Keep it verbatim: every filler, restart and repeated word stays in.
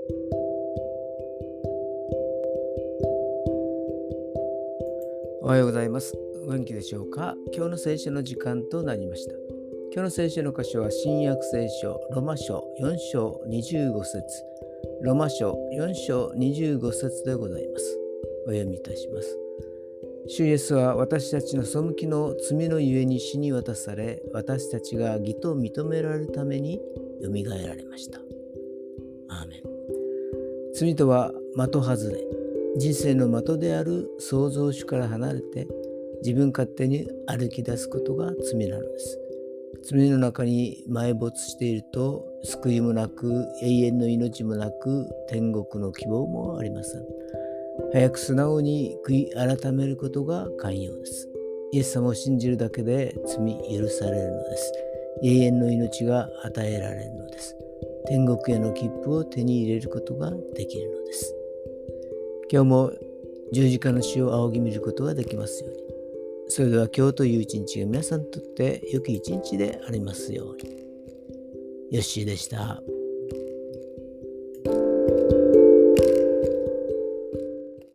おはようございます。お元気でしょうか。今日の聖書の時間となりました。今日の聖書の箇所は新約聖書ロマ書よん章にじゅうご節、ロマ書よん章にじゅうご節でございます。お読みいたします。主イエスは私たちの背きの罪のゆえに死に渡され、私たちが義と認められるためによみがえられました。アーメン。罪とは的外れ、人生の的である創造主から離れて自分勝手に歩き出すことが罪なのです。罪の中に埋没していると、救いもなく永遠の命もなく天国の希望もありません。早く素直に悔い改めることが肝要です。イエス様を信じるだけで罪許されるのです。永遠の命が与えられるのです。天国への切符を手に入れることができるのです。今日も十字架の死を仰ぎ見ることができますように。それでは今日という一日が皆さんにとって良き一日でありますように。ヨッシーでした。